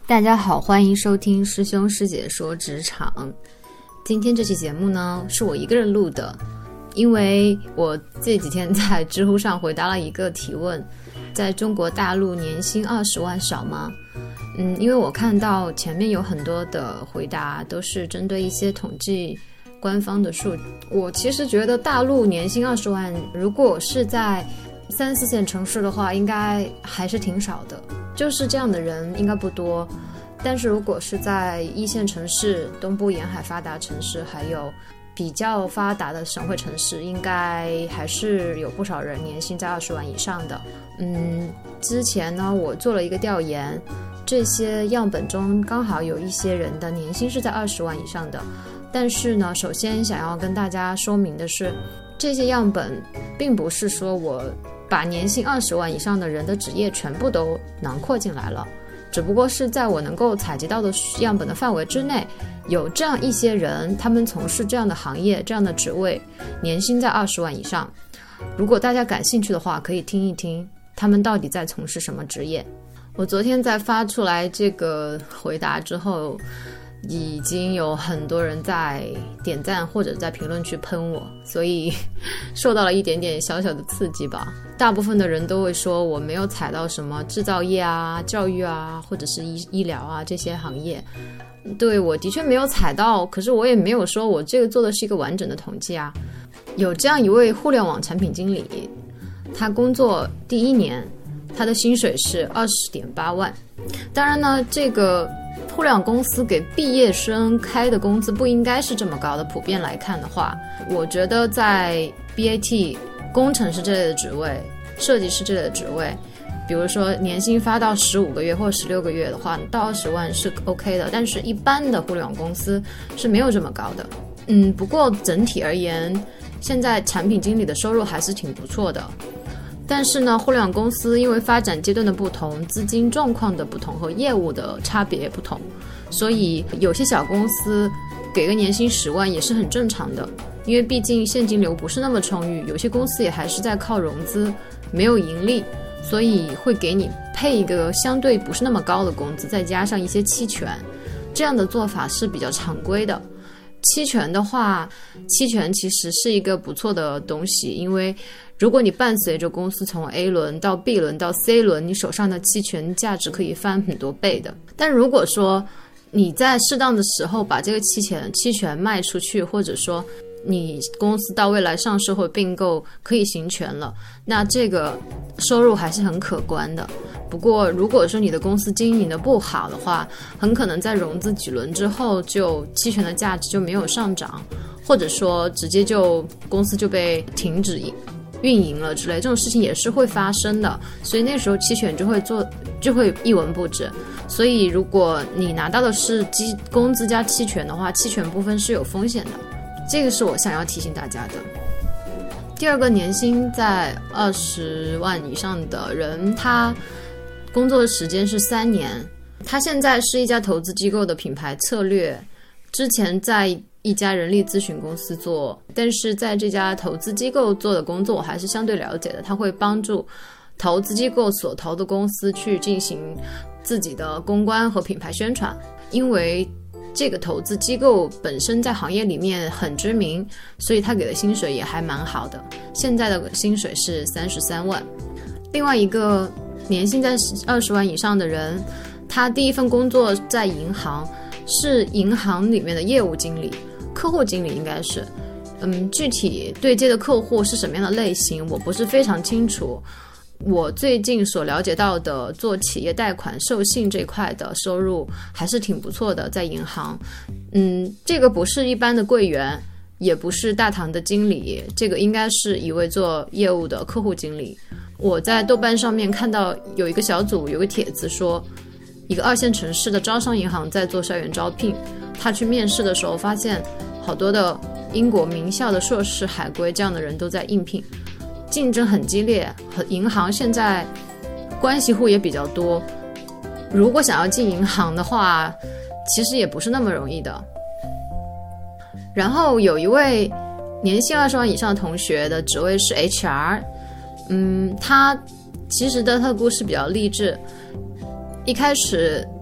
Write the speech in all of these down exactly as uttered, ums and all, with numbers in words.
大家好，欢迎收听师兄师姐说职场。今天这期节目呢，是我一个人录的，因为我这几天在知乎上回答了一个提问，在中国大陆年薪二十万少吗？嗯，因为我看到前面有很多的回答都是针对一些统计官方的数，我其实觉得大陆年薪二十万，如果是在三四线城市的话，应该还是挺少的，就是这样的人应该不多。但是如果是在一线城市、东部沿海发达城市，还有比较发达的省会城市，应该还是有不少人年薪在二十万以上的。嗯，之前呢，我做了一个调研，这些样本中刚好有一些人的年薪是在二十万以上的。但是呢，首先想要跟大家说明的是，这些样本并不是说我把年薪二十万以上的人的职业全部都囊括进来了，只不过是在我能够采集到的样本的范围之内，有这样一些人，他们从事这样的行业、这样的职位，年薪在二十万以上。如果大家感兴趣的话，可以听一听他们到底在从事什么职业。我昨天在发出来这个回答之后，已经有很多人在点赞或者在评论区喷我，所以受到了一点点小小的刺激吧。大部分的人都会说我没有踩到什么制造业啊、教育啊，或者是医医疗啊这些行业。对，我的确没有踩到，可是我也没有说我这个做的是一个完整的统计啊。有这样一位互联网产品经理，他工作第一年，他的薪水是二十点八万。当然呢，这个互联网公司给毕业生开的工资不应该是这么高的，普遍来看的话，我觉得在 B A T 工程师这类的职位、设计师这类的职位，比如说年薪发到十五个月或十六个月的话，到二十万是 OK 的，但是一般的互联网公司是没有这么高的。嗯，不过整体而言，现在产品经理的收入还是挺不错的。但是呢，互联网公司因为发展阶段的不同、资金状况的不同和业务的差别不同，所以有些小公司给个年薪十万也是很正常的，因为毕竟现金流不是那么充裕，有些公司也还是在靠融资，没有盈利，所以会给你配一个相对不是那么高的工资，再加上一些期权，这样的做法是比较常规的。期权的话，期权其实是一个不错的东西，因为如果你伴随着公司从 A 轮到 B 轮到 C 轮，你手上的期权价值可以翻很多倍的。但如果说你在适当的时候把这个期权期权卖出去，或者说你公司到未来上市或并购可以行权了，那这个收入还是很可观的。不过如果说你的公司经营的不好的话，很可能在融资几轮之后，就期权的价值就没有上涨，或者说直接就公司就被停止运营了之类，这种事情也是会发生的。所以那时候期权就会做就会一文不值。所以如果你拿到的是基工资加期权的话，期权部分是有风险的，这个是我想要提醒大家的。第二个，年薪在二十万以上的人，他工作的时间是三年，他现在是一家投资机构的品牌策略，之前在一家人力咨询公司做，但是在这家投资机构做的工作我还是相对了解的，他会帮助投资机构所投的公司去进行自己的公关和品牌宣传，因为这个投资机构本身在行业里面很知名，所以他给的薪水也还蛮好的，现在的薪水是三十三万。另外一个年薪在二十万以上的人，他第一份工作在银行，是银行里面的业务经理、客户经理应该是，嗯，具体对接的客户是什么样的类型我不是非常清楚。我最近所了解到的做企业贷款授信这块的收入还是挺不错的，在银行。嗯，这个不是一般的柜员，也不是大堂的经理，这个应该是一位做业务的客户经理。我在豆瓣上面看到有一个小组有个帖子说，一个二线城市的招商银行在做校园招聘，他去面试的时候发现好多的英国名校的硕士、海归这样的人都在应聘，竞争很激烈，和银行现在关系户也比较多，如果想要进银行的话其实也不是那么容易的。然后有一位年薪二十万以上的同学的职位是 H R， 嗯，他其实的他的故事比较励志。一开始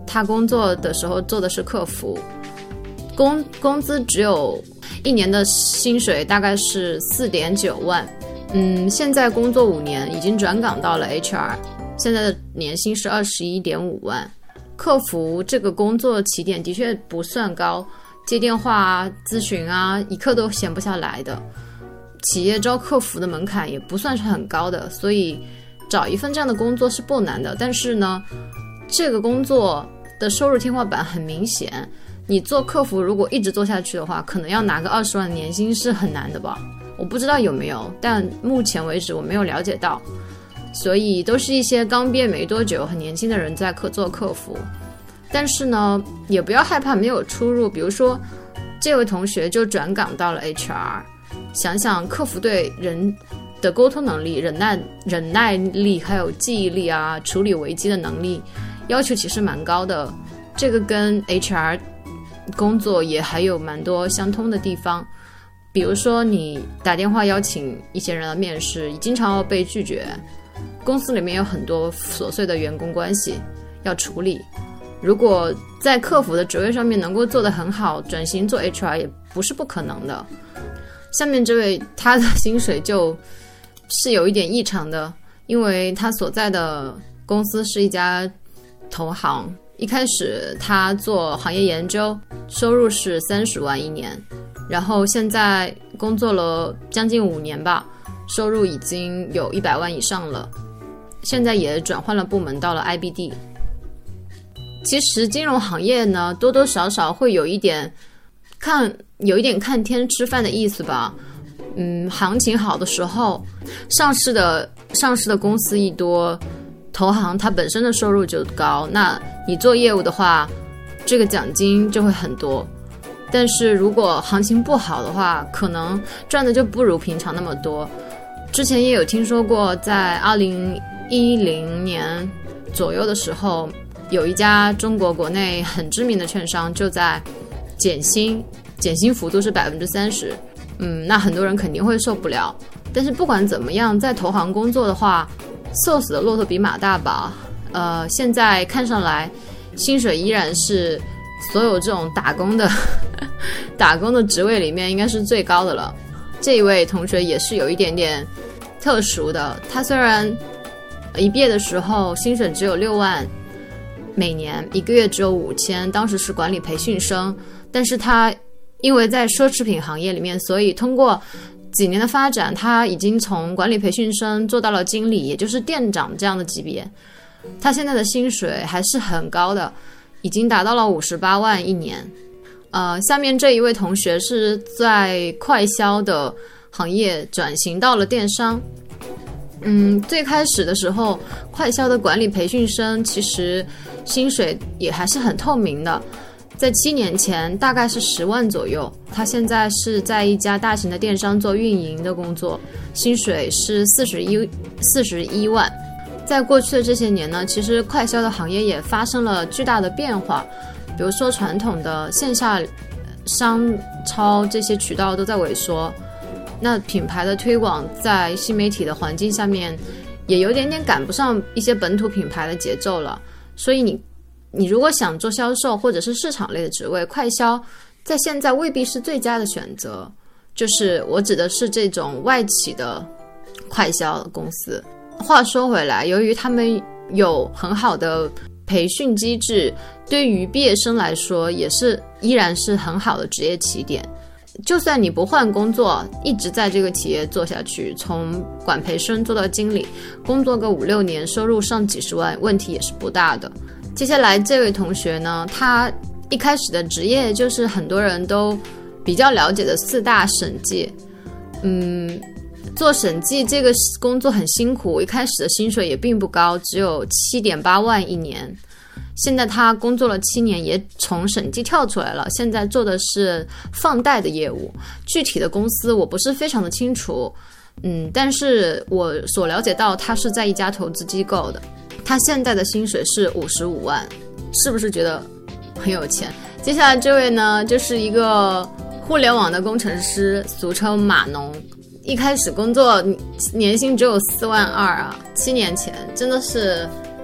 他工作的时候做的是客服，工工资只有一年的薪水大概是 四点九万。嗯，现在工作五年，已经转岗到了 H R， 现在的年薪是 二十一点五万。客服这个工作起点的确不算高，接电话啊、咨询啊，一刻都闲不下来的。企业招客服的门槛也不算是很高的，所以找一份这样的工作是不难的。但是呢，这个工作的收入天花板很明显，你做客服如果一直做下去的话，可能要拿个二十万的年薪是很难的吧。我不知道有没有，但目前为止我没有了解到，所以都是一些刚毕业没多久很年轻的人在做客服。但是呢，也不要害怕没有出入，比如说这位同学就转岗到了 H R， 想想客服对人的沟通能力、忍耐忍耐力还有记忆力啊，处理危机的能力要求其实蛮高的，这个跟 H R 工作也还有蛮多相通的地方。比如说你打电话邀请一些人来面试，经常要被拒绝，公司里面有很多琐碎的员工关系要处理，如果在客服的职位上面能够做得很好，转型做 H R 也不是不可能的。下面这位他的薪水就是有一点异常的，因为他所在的公司是一家投行，一开始他做行业研究，收入是三十万一年，然后现在工作了将近五年吧，收入已经有一百万以上了，现在也转换了部门到了 I B D。 其实金融行业呢，多多少少会有一点看有一点看天吃饭的意思吧。嗯，行情好的时候，上市的上市的公司一多，投行它本身的收入就高，那你做业务的话，这个奖金就会很多。但是如果行情不好的话，可能赚的就不如平常那么多。之前也有听说过，在二零一零年左右的时候，有一家中国国内很知名的券商就在减薪，减薪幅度是 百分之三十。 嗯，那很多人肯定会受不了。但是不管怎么样，在投行工作的话，瘦死的骆驼比马大吧。呃，现在看上来薪水依然是所有这种打工的打工的职位里面应该是最高的了。这一位同学也是有一点点特殊的，他虽然一毕业的时候薪水只有六万每年，一个月只有五千，当时是管理培训生，但是他因为在奢侈品行业里面，所以通过几年的发展，他已经从管理培训生做到了经理，也就是店长这样的级别。他现在的薪水还是很高的，已经达到了五十八万一年。呃，下面这一位同学是在快销的行业转型到了电商。嗯，最开始的时候，快销的管理培训生其实薪水也还是很透明的，在七年前大概是十万左右。他现在是在一家大型的电商做运营的工作，薪水是四十一四十一万。在过去的这些年呢，其实快销的行业也发生了巨大的变化，比如说传统的线下商超这些渠道都在萎缩，那品牌的推广在新媒体的环境下面也有点点赶不上一些本土品牌的节奏了。所以你你如果想做销售或者是市场类的职位，快销在现在未必是最佳的选择，就是我指的是这种外企的快销公司。话说回来，由于他们有很好的培训机制，对于毕业生来说也是依然是很好的职业起点。就算你不换工作，一直在这个企业做下去，从管培生做到经理，工作个五六年，收入上几十万，问题也是不大的。接下来这位同学呢，他一开始的职业就是很多人都比较了解的四大审计。嗯，做审计这个工作很辛苦，一开始的薪水也并不高，只有 七点八万一年。现在他工作了七年，也从审计跳出来了，现在做的是放贷的业务。具体的公司我不是非常的清楚，嗯，但是我所了解到他是在一家投资机构的。他现在的薪水是五十五万，是不是觉得很有钱？接下来这位呢，就是一个互联网的工程师，俗称码农。一开始工作年薪只有四万二啊，七年前真的是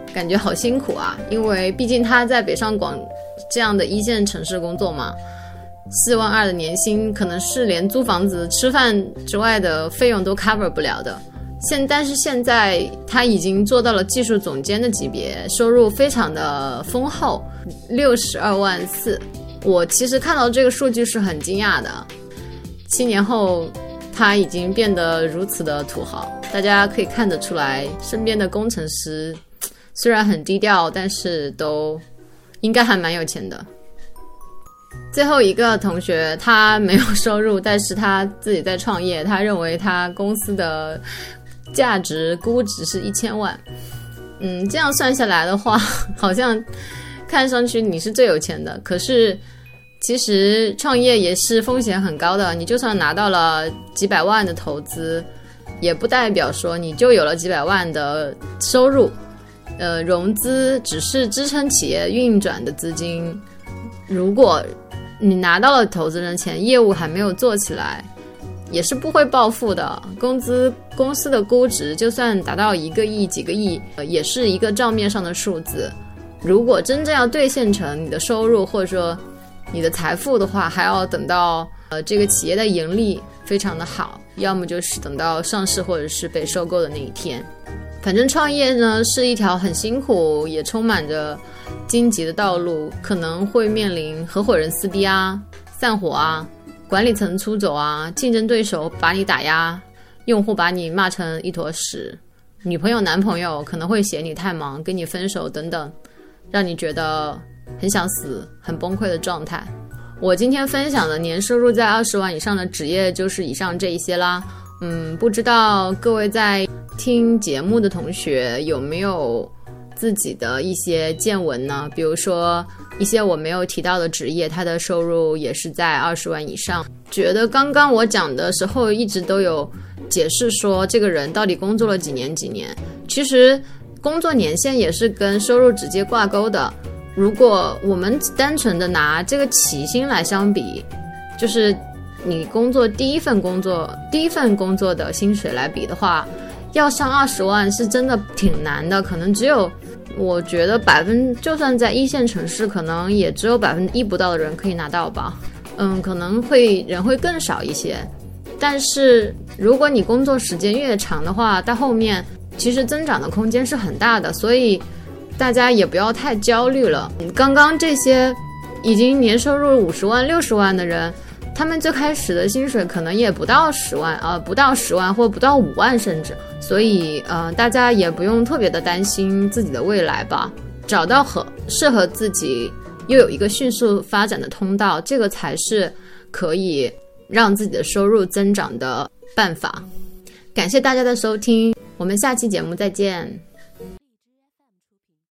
感觉好辛苦啊，因为毕竟他在北上广这样的一线城市工作嘛，四万二的年薪可能是连租房子吃饭之外的费用都 cover 不了的。现但是现在他已经做到了技术总监的级别，收入非常的丰厚，六十二万四。我其实看到这个数据是很惊讶的，七年后他已经变得如此的土豪。大家可以看得出来，身边的工程师虽然很低调，但是都应该还蛮有钱的。最后一个同学他没有收入，但是他自己在创业，他认为他公司的价值估值是一千万。嗯，这样算下来的话，好像看上去你是最有钱的，可是其实创业也是风险很高的，你就算拿到了几百万的投资，也不代表说你就有了几百万的收入。呃，融资只是支撑企业运转的资金，如果你拿到了投资人的钱，业务还没有做起来，也是不会暴富的。工资公司的估值就算达到一个亿几个亿，呃，也是一个账面上的数字。如果真正要兑现成你的收入或者说你的财富的话，还要等到呃这个企业的盈利非常的好，要么就是等到上市或者是被收购的那一天。反正创业呢是一条很辛苦也充满着荆棘的道路，可能会面临合伙人撕逼啊、散伙啊、管理层出走啊、竞争对手把你打压、用户把你骂成一坨屎、女朋友男朋友可能会嫌你太忙跟你分手等等，让你觉得很想死很崩溃的状态。我今天分享的年收入在二十万以上的职业就是以上这一些啦。嗯，不知道各位在听节目的同学有没有自己的一些见闻呢？比如说一些我没有提到的职业，它的收入也是在二十万以上。觉得刚刚我讲的时候一直都有解释说这个人到底工作了几年几年，其实工作年限也是跟收入直接挂钩的。如果我们单纯的拿这个起薪来相比，就是你工作第一份工作第一份工作的薪水来比的话，要上二十万是真的挺难的，可能只有我觉得百分就算在一线城市，可能也只有百分之一不到的人可以拿到吧。嗯，可能会人会更少一些。但是如果你工作时间越长的话，到后面其实增长的空间是很大的，所以大家也不要太焦虑了。刚刚这些已经年收入五十万、六十万的人，他们最开始的薪水可能也不到十万，呃，不到十万或不到五万甚至，所以呃，大家也不用特别的担心自己的未来吧。找到合适合自己又有一个迅速发展的通道，这个才是可以让自己的收入增长的办法。感谢大家的收听，我们下期节目再见。